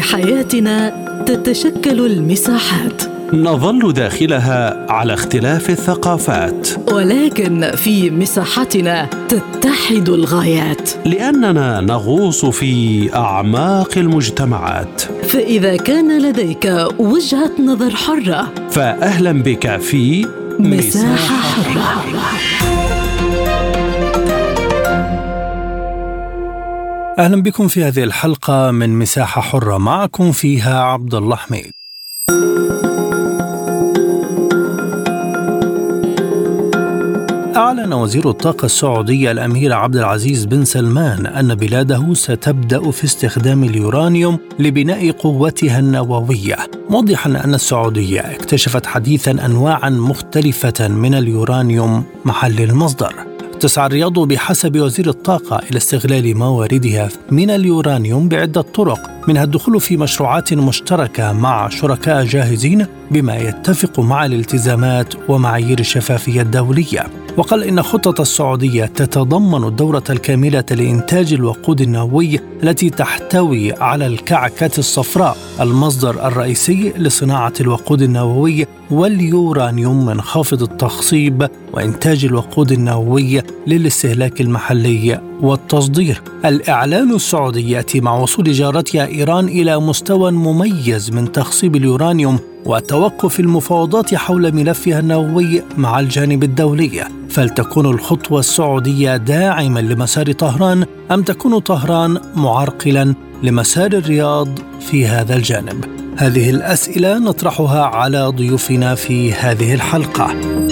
في حياتنا تتشكل المساحات، نظل داخلها على اختلاف الثقافات، ولكن في مساحتنا تتحد الغايات، لأننا نغوص في أعماق المجتمعات. فإذا كان لديك وجهة نظر حرة، فأهلا بك في مساحة حرة. أهلا بكم في هذه الحلقة من مساحة حرة، معكم فيها عبد الله حميد. أعلن وزير الطاقة السعودي الأمير عبد العزيز بن سلمان أن بلاده ستبدأ في استخدام اليورانيوم لبناء قوتها النووية، موضحا أن السعودية اكتشفت حديثا أنواعا مختلفة من اليورانيوم محل المصدر. تسعى الرياض بحسب وزير الطاقة إلى استغلال مواردها من اليورانيوم بعدة طرق، منها الدخول في مشروعات مشتركة مع شركاء جاهزين بما يتفق مع الالتزامات ومعايير الشفافية الدولية. وقال إن خطة السعودية تتضمن الدورة الكاملة لإنتاج الوقود النووي التي تحتوي على الكعكة الصفراء، المصدر الرئيسي لصناعة الوقود النووي واليورانيوم منخفض التخصيب، وإنتاج الوقود النووي للاستهلاك المحلي والتصدير. الإعلان السعودي يأتي مع وصول جارتها إيران إلى مستوى مميز من تخصيب اليورانيوم وتوقف المفاوضات حول ملفها النووي مع الجانب الدولي. فلتكون الخطوة السعودية داعما لمسار طهران أم تكون طهران معرقلا لمسار الرياض في هذا الجانب؟ هذه الأسئلة نطرحها على ضيوفنا في هذه الحلقة.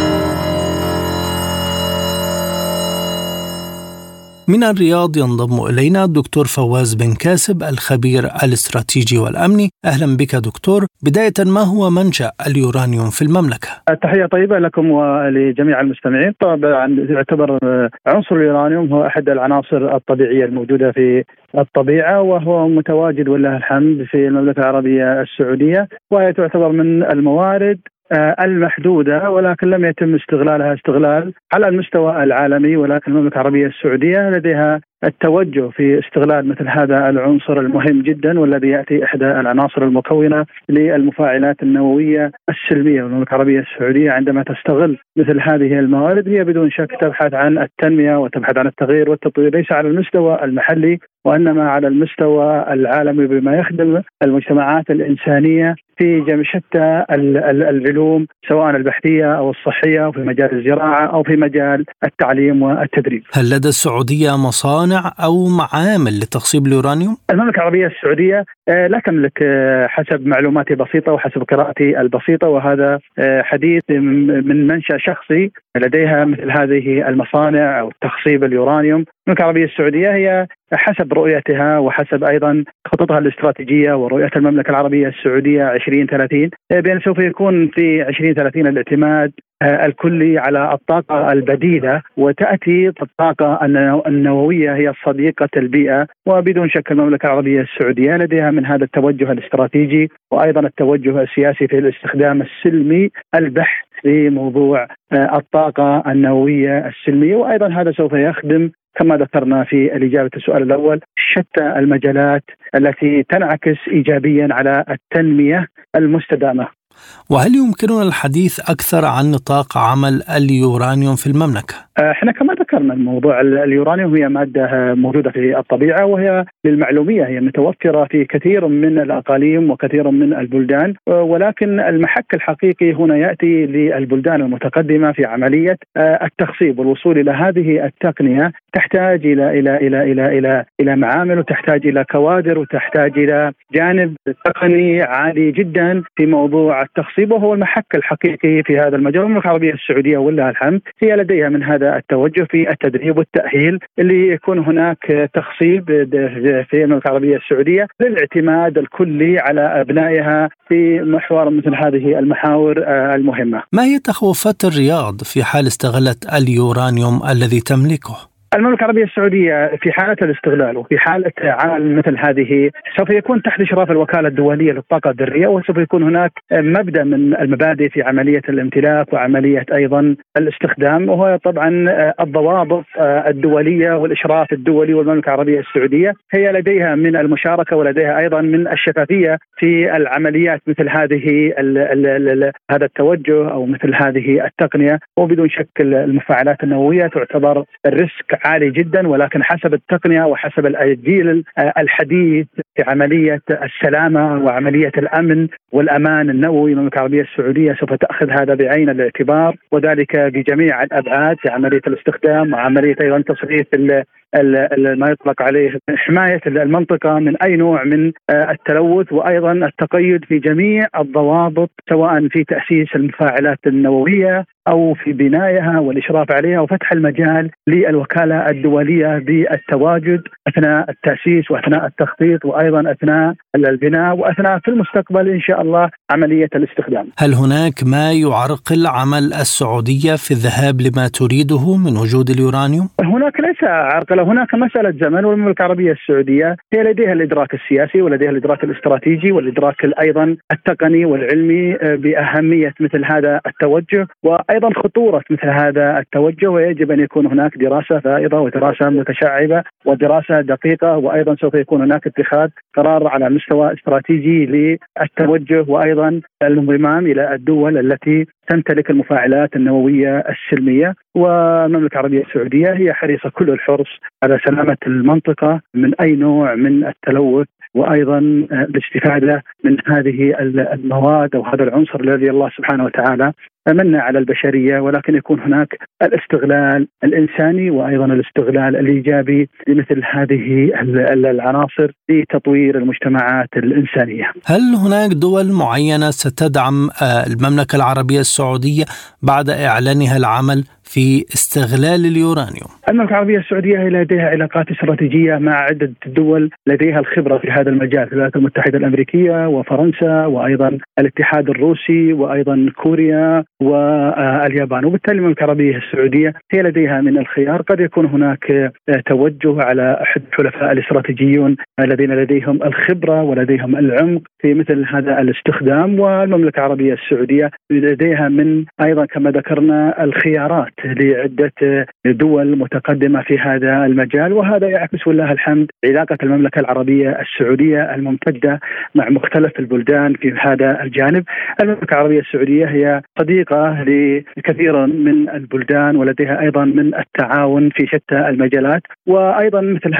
من الرياض ينضم إلينا الدكتور فواز بن كاسب الخبير الاستراتيجي والأمني. أهلا بك دكتور. بداية، ما هو منشأ اليورانيوم في المملكة؟ تحية طيبة لكم ولجميع المستمعين. طبعا يعتبر عنصر اليورانيوم هو أحد العناصر الطبيعية الموجودة في الطبيعة، وهو متواجد ولله الحمد في المملكة العربية السعودية، وهي تعتبر من الموارد المحدودة، ولكن لم يتم استغلالها استغلال على المستوى العالمي. ولكن المملكة العربية السعودية لديها التوجه في استغلال مثل هذا العنصر المهم جدا، والذي يأتي إحدى العناصر المكونة للمفاعلات النووية السلمية. والمملكة العربية السعودية عندما تستغل مثل هذه الموارد هي بدون شك تبحث عن التنمية وتبحث عن التغيير والتطوير، ليس على المستوى المحلي وإنما على المستوى العالمي، بما يخدم المجتمعات الإنسانية في شتى العلوم، سواء البحثية أو الصحية، أو في مجال الزراعة أو في مجال التعليم والتدريب. هل لدى السعودية مصانع أو معامل لتخصيب اليورانيوم؟ المملكة العربية السعودية لا تملك، حسب معلوماتي البسيطة وحسب قراءتي البسيطة، وهذا حديث من منشأ شخصي، لديها مثل هذه المصانع أو تخصيب اليورانيوم. المملكة العربية السعودية هي حسب رؤيتها وحسب أيضا خططها الاستراتيجية ورؤية المملكة العربية السعودية 2030 بأن سوف يكون في 2030 الاعتماد الكلي على الطاقة البديلة، وتأتي الطاقة النووية هي صديقة البيئة. وبدون شك المملكة العربية السعودية لديها من هذا التوجه الاستراتيجي وأيضا التوجه السياسي في الاستخدام السلمي البحث في موضوع الطاقة النووية السلمية. وأيضا هذا سوف يخدم كما ذكرنا في الإجابة السؤال الأول شتى المجالات التي تنعكس إيجابيا على التنمية المستدامة. وهل يمكننا الحديث أكثر عن نطاق عمل اليورانيوم في المملكة؟ احنا كما ذكرنا الموضوع اليورانيوم هي مادة موجودة في الطبيعة، وهي للمعلومية هي متوفرة في كثير من الأقاليم وكثير من البلدان، ولكن المحك الحقيقي هنا يأتي للبلدان المتقدمة في عملية التخصيب والوصول إلى هذه التقنية. تحتاج إلى معامل، وتحتاج إلى كوادر، وتحتاج إلى جانب تقني عالي جدا في موضوع التخصيب، وهو المحك الحقيقي في هذا المجال. المملكة العربية السعودية ولله الحمد هي لديها من هذا التوجه في التدريب والتأهيل، اللي يكون هناك تخصيب في المملكة العربية السعودية للاعتماد الكلي على أبنائها في محور مثل هذه المحاور المهمة. ما هي تخوفات الرياض في حال استغلت اليورانيوم الذي تملكه؟ المملكة العربية السعودية في حالة الاستغلال وفي حالة عمل مثل هذه سوف يكون تحت إشراف الوكالة الدولية للطاقة الذرية، وسوف يكون هناك مبدأ من المبادئ في عملية الامتلاك وعملية أيضا الاستخدام، وهو طبعا الضوابط الدولية والإشراف الدولي. والمملكة العربية السعودية هي لديها من المشاركة ولديها أيضا من الشفافية في العمليات مثل هذه هذا التوجه أو مثل هذه التقنية. وبدون شك المفاعلات النووية تعتبر الريسك عالي جدا، ولكن حسب التقنية وحسب الجيل الحديث في عملية السلامة وعملية الأمن والأمان النووي، المملكة العربية السعودية سوف تأخذ هذا بعين الاعتبار، وذلك بجميع الأبعاد في عملية الاستخدام وعملية أيضا تصريف ما يطلق عليه حماية المنطقة من أي نوع من التلوث، وأيضا التقيد في جميع الضوابط سواء في تأسيس المفاعلات النووية أو في بنائها والإشراف عليها، وفتح المجال للوكالة الدولية بالتواجد أثناء التأسيس وأثناء التخطيط وأيضا أثناء البناء وأثناء في المستقبل إن شاء الله عملية الاستخدام. هل هناك ما يعرقل عمل السعودية في الذهاب لما تريده من وجود اليورانيوم؟ هناك ليس عرقلة، هناك مسألة زمن، والمملكة العربية السعودية هي لديها الإدراك السياسي ولديها الإدراك الاستراتيجي والإدراك أيضا التقني والعلمي بأهمية مثل هذا التوجه وأيضا خطورة مثل هذا التوجه، ويجب أن يكون هناك دراسة فائضة ودراسة متشعبة ودراسة دقيقة، وأيضا سوف يكون هناك اتخاذ قرار على مستوى استراتيجي للتوجه وأيضا الانضمام إلى الدول التي تمتلك المفاعلات النووية السلمية. والمملكة العربية السعودية هي حريصة كل الحرص على سلامة المنطقة من أي نوع من التلوث، وأيضا الاستفادة من هذه المواد أو هذا العنصر الذي الله سبحانه وتعالى أمن على البشرية، ولكن يكون هناك الاستغلال الإنساني وأيضا الاستغلال الإيجابي لمثل هذه العناصر لتطوير المجتمعات الإنسانية. هل هناك دول معينة ستدعم المملكة العربية السعودية بعد إعلانها العمل في استغلال اليورانيوم؟ المملكة العربية السعودية لديها علاقات استراتيجية مع عدة دول لديها الخبرة في هذا المجال، الولايات المتحدة الأمريكية وفرنسا وأيضا الاتحاد الروسي وأيضا كوريا واليابان، وبالتالي المملكة العربية السعودية هي لديها من الخيار. قد يكون هناك توجه على أحد الحلفاء الاستراتيجيون الذين لديهم الخبرة ولديهم العمق في مثل هذا الاستخدام، والمملكة العربية السعودية لديها من أيضا كما ذكرنا الخيارات لعدة دول متقدمة في هذا المجال، وهذا يعكس والله الحمد علاقة المملكة العربية السعودية الممتدة مع مختلف البلدان في هذا الجانب. المملكة العربية السعودية هي صديقة لكثير من البلدان ولديها أيضا من التعاون في شتى المجالات، وأيضا مثل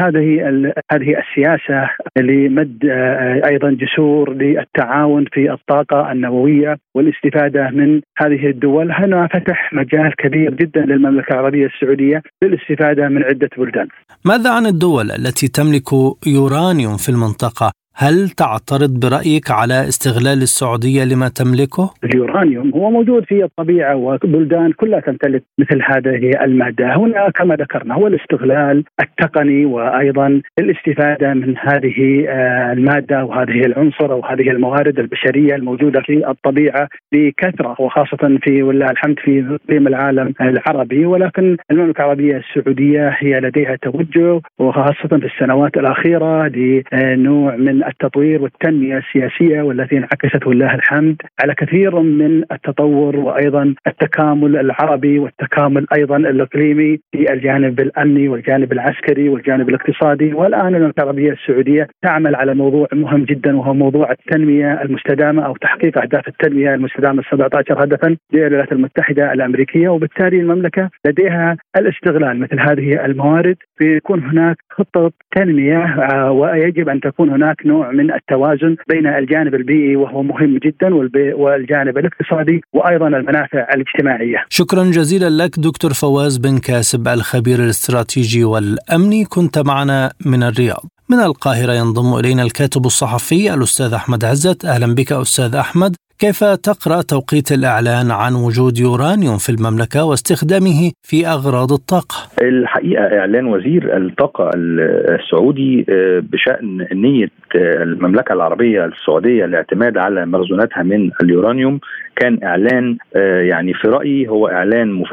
هذه السياسة لمد أيضا جسور للتعاون في الطاقة النووية والاستفادة من هذه الدول. هنا فتح مجال كبير جدا للمملكة العربية السعودية للاستفادة من عدة بلدان. ماذا عن الدول التي تملك يورانيوم في المنطقة؟ هل تعترض برأيك على استغلال السعودية لما تملكه؟ اليورانيوم هو موجود في الطبيعة وبلدان كلها تمتلك مثل هذه المادة. هنا كما ذكرنا هو الاستغلال التقني وأيضا الاستفادة من هذه المادة وهذه العنصر أو هذه الموارد البشرية الموجودة في الطبيعة بكثرة، وخاصة في والله الحمد في إقليم العالم العربي. ولكن المملكة العربية السعودية هي لديها توجه وخاصة في السنوات الأخيرة لنوع من التطوير والتنمية السياسية والتي انعكست والله الحمد على كثير من التطور وأيضا التكامل العربي والتكامل أيضا الإقليمي في الجانب الأمني والجانب العسكري والجانب الاقتصادي. والآن المملكة العربية السعودية تعمل على موضوع مهم جدا وهو موضوع التنمية المستدامة أو تحقيق أهداف التنمية المستدامة 17 هدفا للولايات المتحدة الأمريكية، وبالتالي المملكة لديها الاستغلال مثل هذه الموارد. بيكون هناك خطة تنمية ويجب أن تكون هناك نوع من التوازن بين الجانب البيئي وهو مهم جدا والجانب الاقتصادي وأيضا المنافع الاجتماعية. شكرا جزيلا لك دكتور فواز بن كاسب الخبير الاستراتيجي والأمني، كنت معنا من الرياض. من القاهرة ينضم إلينا الكاتب الصحفي الأستاذ أحمد عزت. أهلا بك أستاذ أحمد. كيف تقرأ توقيت الإعلان عن وجود يورانيوم في المملكة واستخدامه في أغراض الطاقة؟ الحقيقة إعلان وزير الطاقة السعودي بشأن نية المملكة العربية السعودية الاعتماد على مخزوناتها من اليورانيوم كان إعلان يعني في رأيي هو إعلان مفاجئ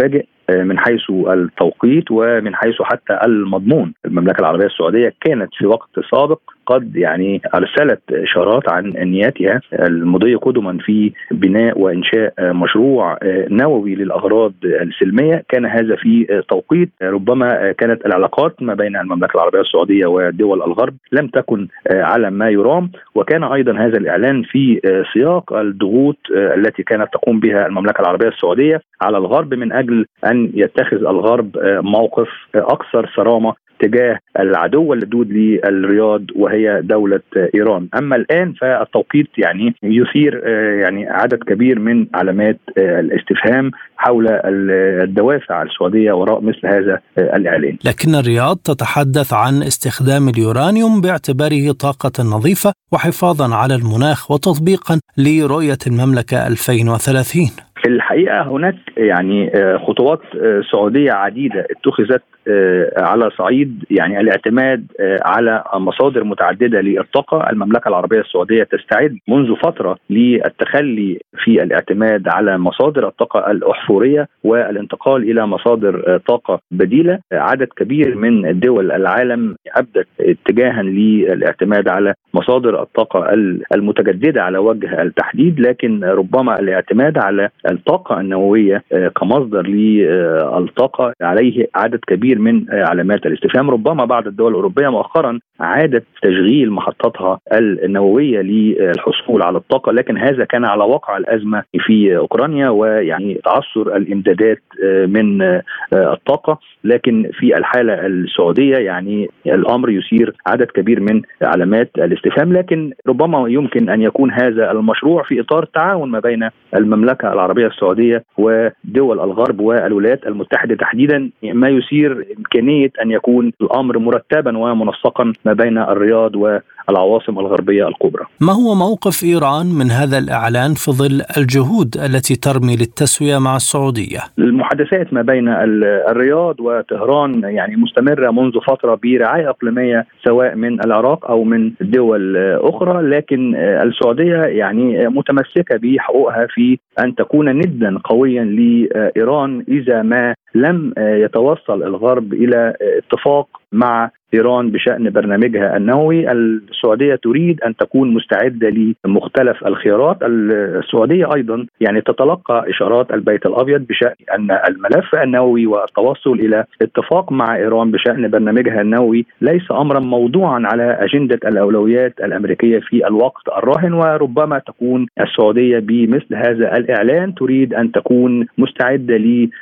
من حيث التوقيت ومن حيث حتى المضمون. المملكة العربية السعودية كانت في وقت سابق قد يعني أرسلت إشارات عن نياتها المضية قدما في بناء وإنشاء مشروع نووي للأغراض السلمية. كان هذا في توقيت ربما كانت العلاقات ما بين المملكة العربية السعودية ودول الغرب لم تكن على ما يرام، وكان أيضا هذا الإعلان في سياق الضغوط التي كانت تقوم بها المملكة العربية السعودية على الغرب من أجل أن يتخذ الغرب موقف أكثر صرامة تجاه العدو اللدود للرياض وهي دولة إيران. أما الآن فالتوقيت يعني يثير يعني عدد كبير من علامات الاستفهام حول الدوافع السعودية وراء مثل هذا الإعلان. لكن الرياض تتحدث عن استخدام اليورانيوم باعتباره طاقة نظيفة وحفاظا على المناخ وتطبيقا لرؤية المملكة 2030. في الحقيقة هناك يعني خطوات سعودية عديدة اتخذت على صعيد يعني الاعتماد على مصادر متعددة للطاقة. المملكة العربية السعودية تستعد منذ فترة للتخلي في الاعتماد على مصادر الطاقة الأحفورية والانتقال إلى مصادر طاقة بديلة. عدد كبير من دول العالم أبدت اتجاها للاعتماد على مصادر الطاقة المتجددة على وجه التحديد، لكن ربما الاعتماد على الطاقة النووية كمصدر للطاقة عليه عدد كبير من علامات الاستفهام. ربما بعض الدول الأوروبية مؤخرا عادت تشغيل محطاتها النووية للحصول على الطاقة، لكن هذا كان على وقع الأزمة في أوكرانيا ويعني تعثر الإمدادات من الطاقة. لكن في الحالة السعودية يعني الأمر يثير عدد كبير من علامات الاستفهام، لكن ربما يمكن أن يكون هذا المشروع في إطار التعاون ما بين المملكة العربية السعودية ودول الغرب والولايات المتحدة تحديدا، ما يثير إمكانية أن يكون الأمر مرتبا ومنسقا ما بين الرياض والعواصم الغربية الكبرى. ما هو موقف إيران من هذا الإعلان في ظل الجهود التي ترمي للتسوية مع السعودية؟ المحادثات ما بين الرياض وطهران يعني مستمرة منذ فترة برعاية إقليمية سواء من العراق أو من دول أخرى، لكن السعودية يعني متمسكة بحقوقها في أن تكون ندا قويا لإيران إذا ما لم يتوصل الغرب إلى اتفاق مع إيران بشأن برنامجها النووي. السعودية تريد أن تكون مستعدة لمختلف الخيارات. السعودية أيضا يعني تتلقى إشارات البيت الأبيض بشأن أن الملف النووي والتوصل إلى اتفاق مع إيران بشأن برنامجها النووي ليس أمرا موضوعا على أجندة الأولويات الأمريكية في الوقت الراهن، وربما تكون السعودية بمثل هذا الإعلان تريد أن تكون مستعدة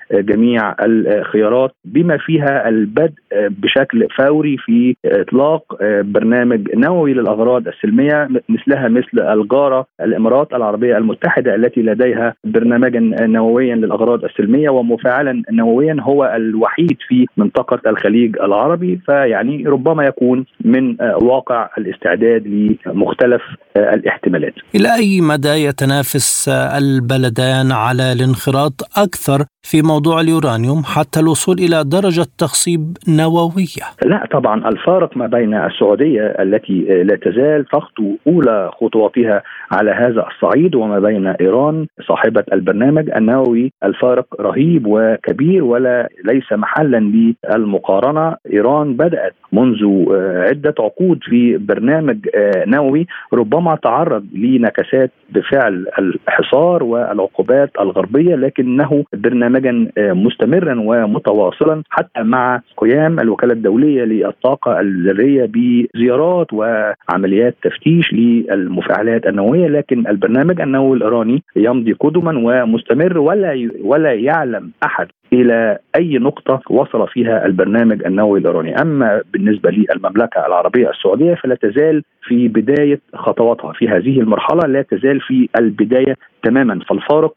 لجميع الخيارات بما فيها البدء بشكل فوري في إطلاق برنامج نووي للأغراض السلمية مثلها مثل الجارة الإمارات العربية المتحدة التي لديها برنامجا نوويا للأغراض السلمية ومفاعلا نوويا هو الوحيد في منطقة الخليج العربي. فيعني ربما يكون من واقع الاستعداد لمختلف الاحتمالات. إلى أي مدى يتنافس البلدان على الانخراط أكثر في موضوع اليورانيوم حتى الوصول إلى درجة تخصيب نووية؟ لا طبعا الفارق ما بين السعودية التي لا تزال تخطو أولى خطواتها على هذا الصعيد وما بين إيران صاحبة البرنامج النووي الفارق رهيب وكبير ولا ليس محلا للمقارنة. إيران بدأت منذ عدة عقود في برنامج نووي ربما تعرض لنكسات بفعل الحصار والعقوبات الغربية، لكنه برنامجا مستمرا ومتواصلا حتى مع قيام الوكالة الدولية للطاقة الذرية بزيارات وعمليات تفتيش للمفاعلات النووية. لكن البرنامج النووي الإيراني يمضي قدما ومستمر ولا يعلم أحد إلى أي نقطة وصل فيها البرنامج النووي الإيراني. أما بالنسبة للمملكة العربية السعودية فلا تزال في بداية خطواتها في هذه المرحلة، لا تزال في البداية تماما، فالفارق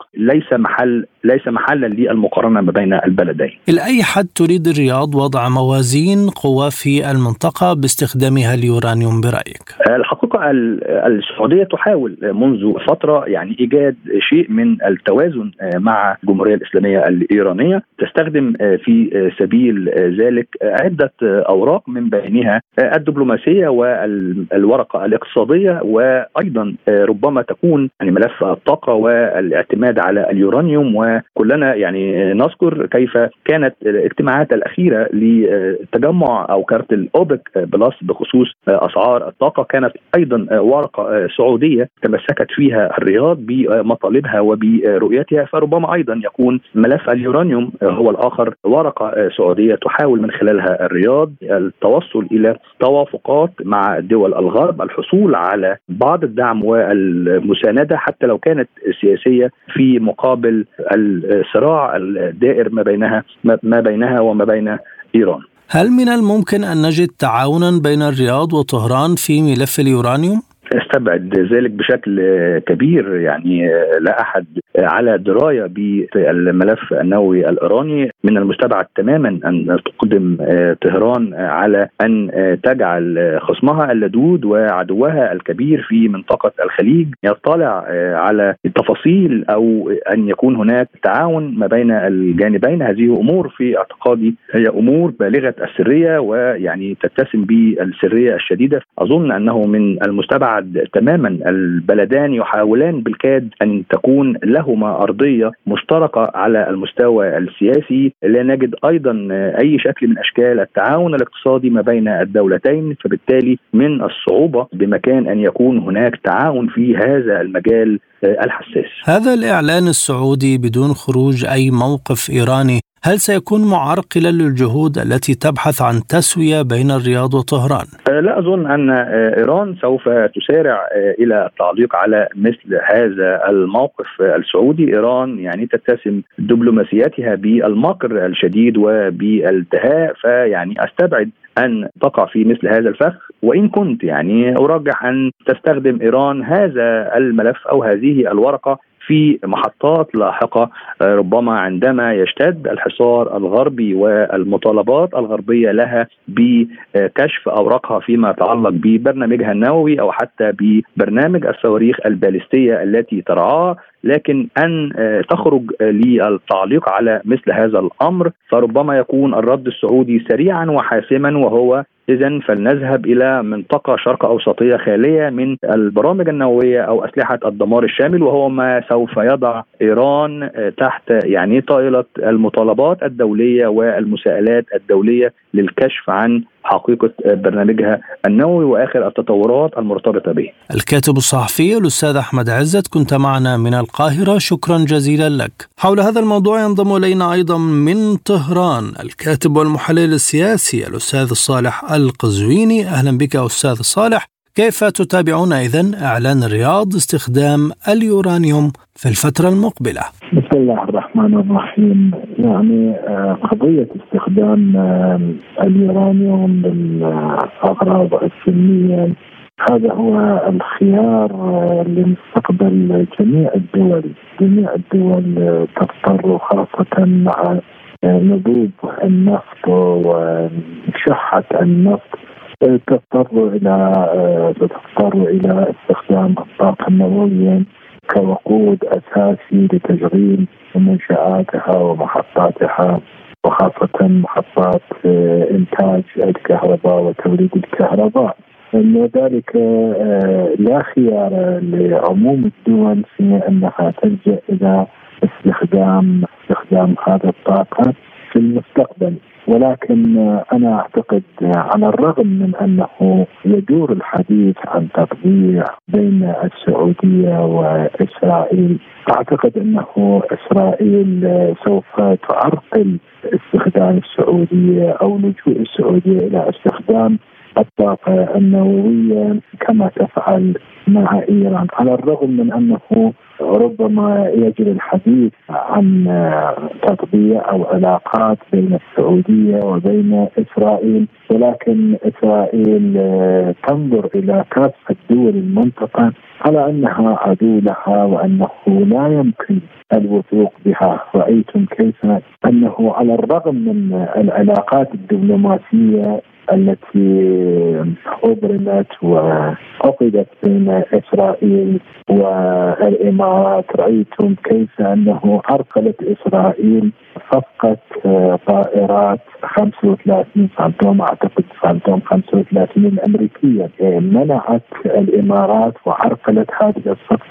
ليس محلا للمقارنة ما بين البلدين. إلى أي حد تريد الرياض وضع موازين قوى في المنطقة باستخدامها اليورانيوم برأيك؟ الحقيقة السعودية تحاول منذ فترة يعني إيجاد شيء من التوازن مع الجمهورية الإسلامية الإيرانية، تستخدم في سبيل ذلك عدة أوراق من بينها الدبلوماسية والورقة الاقتصادية، وأيضا ربما تكون يعني ملف الطاقة والاعتماد على اليورانيوم. وكلنا يعني نذكر كيف كانت الاجتماعات الأخيرة لتجمع أو كارت الأوبك بلس بخصوص أسعار الطاقة كانت أيضا ورقة سعودية تمسكت فيها الرياض بمطالبها وبرؤيتها، فربما أيضا يكون ملف اليورانيوم هو الآخر ورقة سعودية تحاول من خلالها الرياض التوصل إلى توافقات مع دول الغرب، الحصول على بعض الدعم والمساندة حتى لو كانت سياسية في مقابل الصراع الدائر ما بينها وما بين إيران. هل من الممكن أن نجد تعاونا بين الرياض وطهران في ملف اليورانيوم؟ استبعد ذلك بشكل كبير، يعني لا أحد على دراية بالملف النووي الإيراني. من المستبعد تماما أن تقدم طهران على أن تجعل خصمها اللدود وعدوها الكبير في منطقة الخليج يطلع على التفاصيل أو أن يكون هناك تعاون ما بين الجانبين. هذه أمور في اعتقادي هي أمور بالغة السرية ويعني تتسم بالسرية الشديدة. أظن أنه من المستبعد تماما البلدان يحاولان بالكاد أن تكون لهما أرضية مشتركة على المستوى السياسي. لا نجد أيضا أي شكل من أشكال التعاون الاقتصادي ما بين الدولتين، فبالتالي من الصعوبة بمكان أن يكون هناك تعاون في هذا المجال الحساس. هذا الإعلان السعودي بدون خروج أي موقف إيراني هل سيكون معرقلا للجهود التي تبحث عن تسوية بين الرياض وطهران؟ لا أظن أن إيران سوف تسارع إلى التعليق على مثل هذا الموقف السعودي. إيران يعني تتسم دبلوماسياتها بالمكر الشديد وبالدهاء، فيعني أستبعد أن تقع في مثل هذا الفخ، وإن كنت يعني أرجح أن تستخدم إيران هذا الملف أو هذه الورقة في محطات لاحقة، ربما عندما يشتد الحصار الغربي والمطالبات الغربية لها بكشف أوراقها فيما يتعلق ببرنامجها النووي أو حتى ببرنامج الصواريخ البالستية التي ترعاه. لكن أن تخرج للتعليق على مثل هذا الأمر فربما يكون الرد السعودي سريعا وحاسما، وهو إذن فلنذهب إلى منطقة شرق أوسطية خالية من البرامج النووية أو أسلحة الدمار الشامل، وهو ما سوف يضع إيران تحت يعني طائلة المطالبات الدولية والمساءلات الدولية للكشف عن حقيقة برنامجها النووي وآخر التطورات المرتبطة به. الكاتب الصحفي الأستاذ أحمد عزت كنت معنا من القاهرة، شكرا جزيلا لك. حول هذا الموضوع ينضم إلينا أيضا من طهران الكاتب والمحلل السياسي الأستاذ صالح القزويني. أهلا بك أستاذ صالح. كيف تتابعون إذن إعلان الرياض استخدام اليورانيوم في الفترة المقبلة؟ بسم الله الرحمن الرحيم. يعني قضية استخدام اليورانيوم للأغراض السلمية هذا هو الخيار لمستقبل جميع الدول. جميع الدول تضطر خاصة مع نضوج النفط وشحة النفط تضطر إلى استخدام الطاقة النووية كوقود أساسي لتشغيل منشآتها ومحطاتها، وخاصة محطات إنتاج الكهرباء وتوليد الكهرباء. وذلك لا خيار لعموم الدول في أنها تلجأ إلى استخدام هذا الطاقة في المستقبل. ولكن أنا أعتقد على الرغم من أنه يدور الحديث عن تطبيع بين السعودية وإسرائيل، أعتقد أنه إسرائيل سوف تعرقل استخدام السعودية أو لجوء السعودية إلى استخدام الطاقة النووية كما تفعل مع إيران، على الرغم من أنه ربما يجري الحديث عن تطبيع أو علاقات بين السعودية وبين إسرائيل، ولكن إسرائيل تنظر إلى كافة دول المنطقة على أنها عدو لها وأنه لا يمكن الوثوق بها. رأيتم كيف أنه على الرغم من العلاقات الدبلوماسية التي أبرمت وعقدت بين إسرائيل والإمارات، رأيتم كيف أنه عرقلت إسرائيل صفقة طائرات 35 فانتوم، أعتقد فانتوم 35 الأمريكية. منعت الإمارات وعرقلت هذه الصفقة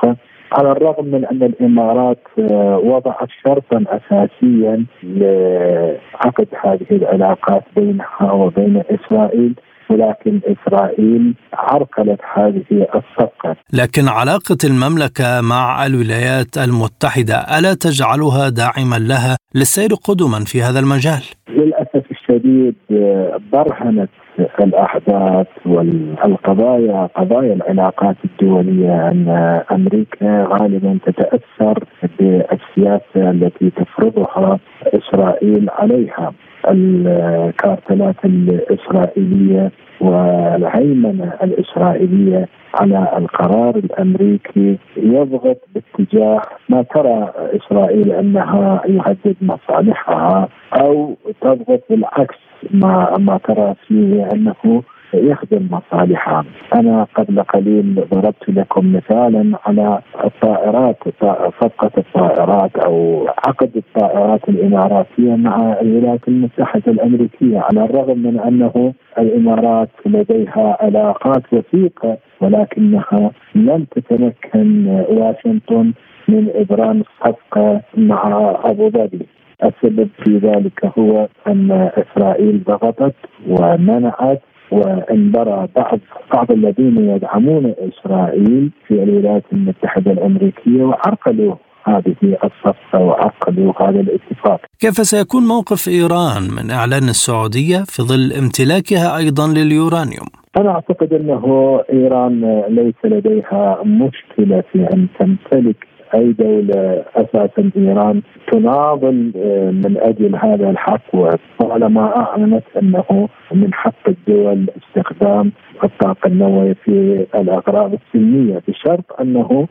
على الرغم من أن الإمارات وضعت شرطا أساسيا لعقد هذه العلاقات بينها وبين إسرائيل، ولكن إسرائيل عرقلت هذه الصفقة. لكن علاقة المملكة مع الولايات المتحدة ألا تجعلها داعما لها للسير قدما في هذا المجال؟ للأسف الشديد برهنت الأحداث والقضايا قضايا العلاقات الدولية أن أمريكا غالبا تتأثر بالسياسة التي تفرضها إسرائيل عليها. الكارتلات الإسرائيلية والهيمنة الإسرائيلية على القرار الأمريكي يضغط باتجاه ما ترى إسرائيل أنها يهدد مصالحها، أو تضغط بالعكس ما ترى فيه أنه يخدم مصالحها. أنا قبل قليل ضربت لكم مثالا على الطائرات، صفقة الطائرات أو عقد الطائرات الإماراتية مع الولايات المتحدة الأمريكية، على الرغم من أنه الإمارات لديها علاقات وثيقة، ولكنها لم تتمكن واشنطن من إبرام الصفقة مع أبو ظبي. السبب في ذلك هو أن إسرائيل ضغطت ومنعت وانبرى بعض الذين يدعمون إسرائيل في الولايات المتحدة الأمريكية وعرقلوا هذه الصفقة وعرقلوا هذا الاتفاق. كيف سيكون موقف إيران من إعلان السعودية في ظل امتلاكها أيضا لليورانيوم؟ أنا أعتقد أنه إيران ليس لديها مشكلة في أن تمتلك أي دولة. أساسا إيران تناضل من أجل هذا الحق، وطالما أعلنت أنه من حق الدول استخدام الطاقة النووية في الأغراض السلمية، بشرط أنه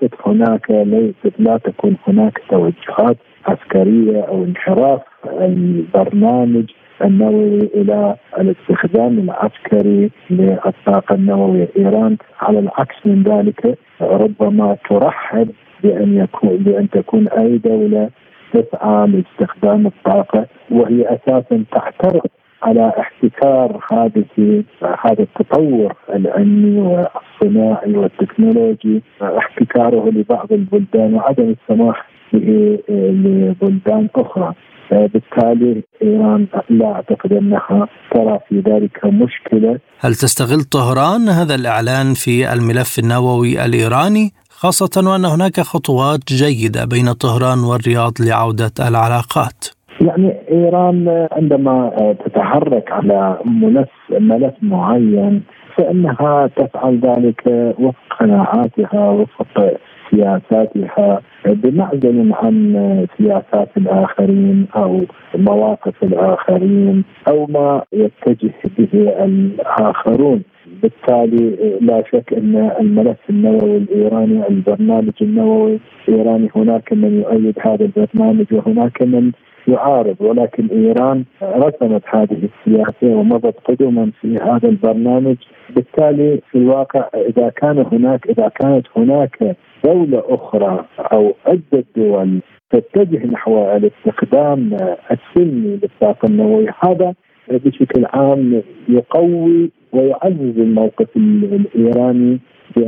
لا تكون هناك توجهات عسكرية أو انحراف البرنامج النووي إلى الاستخدام العسكري للطاقة النووية. إيران على العكس من ذلك ربما ترحب بأن تكون أي دولة تسعى لاستخدام الطاقة، وهي أساسا تعترض على احتكار هذا التطور العلمي والصناعي والتكنولوجي، احتكاره لبعض البلدان وعدم السماح به لبلدان أخرى. بالتالي إيران لا أعتقد أنها ترى في ذلك مشكلة. هل تستغل طهران هذا الإعلان في الملف النووي الإيراني، خاصة وأن هناك خطوات جيدة بين طهران والرياض لعودة العلاقات؟ يعني إيران عندما تتحرك على ملف معين فإنها تفعل ذلك وفق قناعاتها وفق سياساتها، بمعزل عن سياسات الآخرين أو مواقف الآخرين أو ما يتجه به الآخرون. بالتالي لا شك أن الملف النووي الإيراني، البرنامج النووي الإيراني، هناك من يؤيد هذا البرنامج وهناك من يعارض، ولكن إيران رسمت هذه السياسة ومضت قدما في هذا البرنامج. بالتالي في الواقع إذا كانت هناك دولة أخرى أو عدة دول تتجه نحو الاستخدام السلمي للطاقة النووية، هذا بشكل عام يقوي ويعزز الموقف الإيراني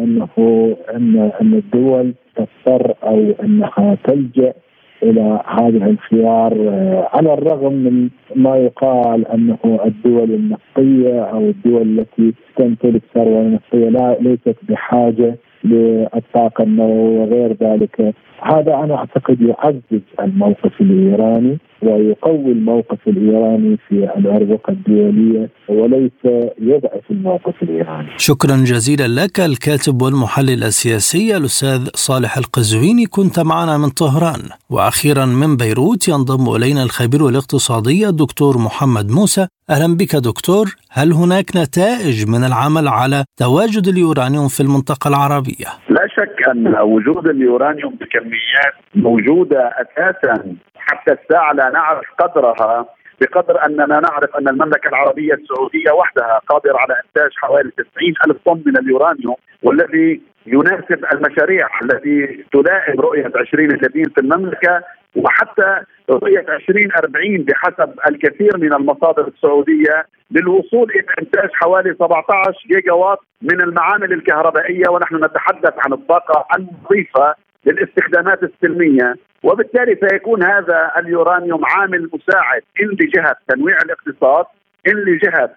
بأن الدول تضطر أو أنها تلجأ إلى هذا الخيار، على الرغم من ما يقال أنه الدول النفطية أو الدول التي تمتلك ثروة نفطية ليست بحاجة للطاقة النووية وغير ذلك. هذا أنا أعتقد يعزز الموقف الإيراني ويقوي الموقف الإيراني في الأربقة الدولية وليس يضعف الموقف الإيراني. شكرا جزيلا لك الكاتب والمحلل السياسي الأستاذ صالح القزويني، كنت معنا من طهران. وأخيرا من بيروت ينضم إلينا الخبير الاقتصادي الدكتور محمد موسى. أهلا بك دكتور. هل هناك نتائج من العمل على تواجد اليورانيوم في المنطقة العربية؟ لا شك أن وجود اليورانيوم بكميات موجودة أساسا حتى الساعة لا نعرف قدرها، بقدر أننا نعرف أن المملكة العربية السعودية وحدها قادرة على إنتاج حوالي 90,000 طن من اليورانيوم، والذي يناسب المشاريع التي تلائم رؤية 2030 في المملكة وحتى رؤية 2040 بحسب الكثير من المصادر السعودية للوصول إلى إنتاج حوالي 17 جيجا وات من المعامل الكهربائية، ونحن نتحدث عن الطاقة النظيفة للاستخدامات السلمية. وبالتالي سيكون هذا اليورانيوم عامل مساعد إن لجهة تنويع الاقتصاد، إن لجهة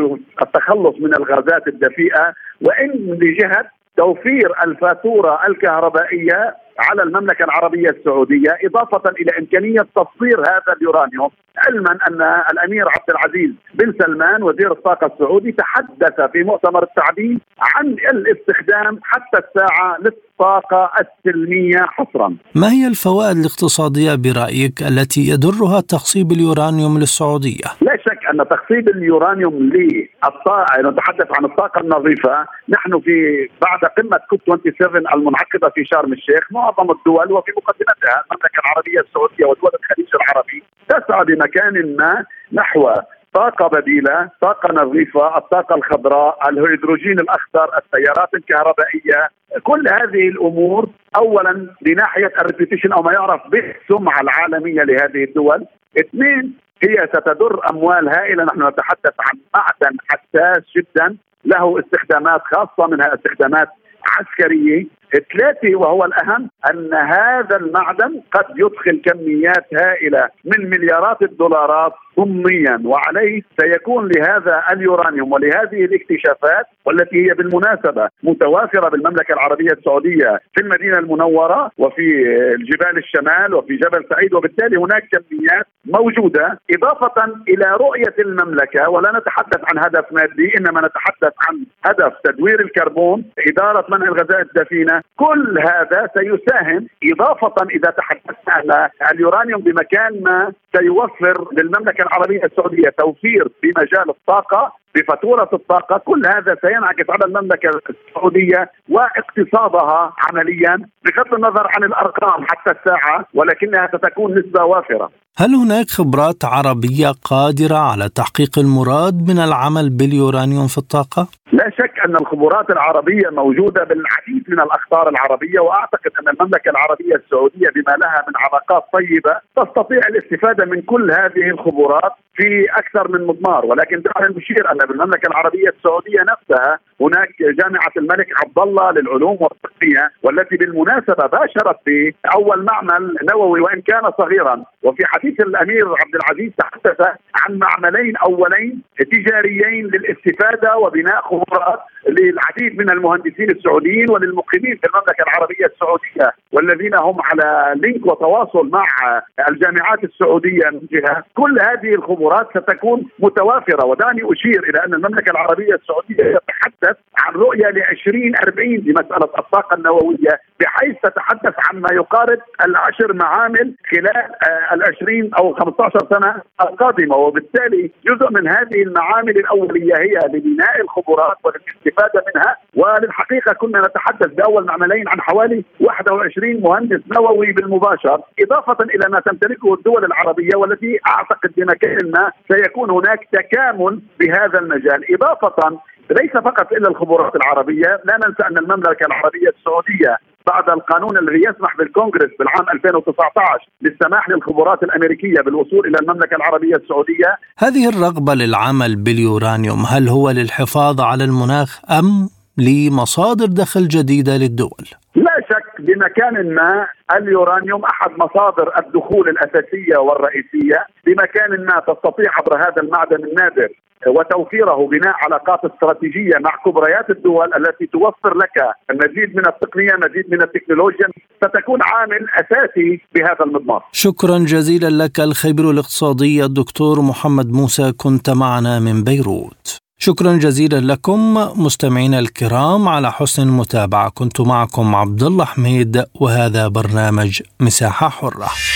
التخلص من الغازات الدفيئة، وإن لجهة توفير الفاتورة الكهربائية على المملكة العربية السعودية، إضافة إلى إمكانية تصدير هذا اليورانيوم، علما أن الأمير عبد العزيز بن سلمان وزير الطاقة السعودي تحدث في مؤتمر التعدين عن الاستخدام حتى الساعة للطاقة السلمية حصرا. ما هي الفوائد الاقتصادية برأيك التي يدرها تخصيب اليورانيوم للسعودية؟ لا شك أن تخصيب اليورانيوم للطاقة، نتحدث عن الطاقة النظيفة، نحن في بعد قمة كوب 27 المنعقدة في شرم الشيخ، معظم الدول وفي مقدمتها المملكة العربية السعودية ودول الخليج العربي تسعى بمكان ما نحو طاقة بديلة، طاقة نظيفة، الطاقة الخضراء، الهيدروجين الأخضر، السيارات الكهربائية. كل هذه الأمور أولا لناحية الريبيتيشن أو ما يعرف بالسمعة العالمية لهذه الدول. اثنين، هي ستدر أموال هائلة. نحن نتحدث عن معدن حساس جدا له استخدامات خاصة، منها استخدامات عسكرية. ثلاثة وهو الأهم، أن هذا المعدن قد يدخل كميات هائلة من مليارات الدولارات ضمنيا، وعليه سيكون لهذا اليورانيوم ولهذه الاكتشافات، والتي هي بالمناسبة متوافرة بالمملكة العربية السعودية في المدينة المنورة وفي الجبال الشمال وفي جبل سعيد، وبالتالي هناك كميات موجودة، إضافة إلى رؤية المملكة. ولا نتحدث عن هدف مادي، إنما نتحدث عن هدف تدوير الكربون، إدارة منع الغازات الدفينة. كل هذا سيساهم، إضافة إذا تحدثنا أن اليورانيوم بمكان ما سيوفر للمملكة العربية السعودية توفير في مجال الطاقة بفاتورة الطاقة. كل هذا سينعكس على المملكة السعودية واقتصادها عمليا، بغض النظر عن الأرقام حتى الساعة، ولكنها ستكون نسبة وافرة. هل هناك خبرات عربية قادرة على تحقيق المراد من العمل باليورانيوم في الطاقة؟ لا شك أن الخبرات العربية موجودة بالعديد من الأقطار العربية، وأعتقد أن المملكة العربية السعودية بما لها من علاقات طيبة تستطيع الاستفادة من كل هذه الخبرات في أكثر من مضمار. ولكن دعنا نشير أن بالمملكة العربية السعودية نفسها هناك جامعة الملك عبد الله للعلوم والتقنية، والتي بالمناسبة باشرت في أول معمل نووي وإن كان صغيرا. وفي حديث الأمير عبد العزيز تحدث عن معملين أولين تجاريين للاستفادة وبناء خبرات للعديد من المهندسين السعوديين وللمقيمين في المملكة العربية السعودية، والذين هم على لينك وتواصل مع الجامعات السعودية من جهة. كل هذه الخبرات ستكون متوافرة. ودعني أشير إلى أن المملكة العربية السعودية تتحدث عن رؤية ل2040 لمسألة الطاقة النووية، بحيث تتحدث عن ما يقارب 10 معامل خلال 20 أو 15 سنة القادمة. وبالتالي جزء من هذه المعامل الأولية هي لبناء الخبرات والاستفادة منها. وللحقيقة كنا نتحدث بأول معملين عن حوالي 21 مهندس نووي بالمباشر، إضافة إلى ما تمتلكه الدول العربية، والتي أعتقد بمكان ما سيكون هناك تكامل بهذا المجال. إضافة ليس فقط إلا الخبرات العربية، لا ننسى أن المملكة العربية السعودية بعد القانون الذي يسمح بالكونغرس بالعام 2019 للسماح للخبرات الأمريكية بالوصول إلى المملكة العربية السعودية. هذه الرغبة للعمل باليورانيوم هل هو للحفاظ على المناخ أم لمصادر دخل جديدة للدول؟ لا شك بمكان ما اليورانيوم أحد مصادر الدخول الأساسية والرئيسية. بمكان ما تستطيع عبر هذا المعدن النادر وتوفيره بناء علاقات استراتيجية مع كبريات الدول التي توفر لك المزيد من التقنية، مزيد من التكنولوجيا، ستكون عامل أساسي بهذا المضمار. شكرا جزيلا لك الخبير الاقتصادي الدكتور محمد موسى، كنت معنا من بيروت. شكرا جزيلا لكم مستمعينا الكرام على حسن المتابعة. كنت معكم عبد الله حميد، وهذا برنامج مساحة حرة.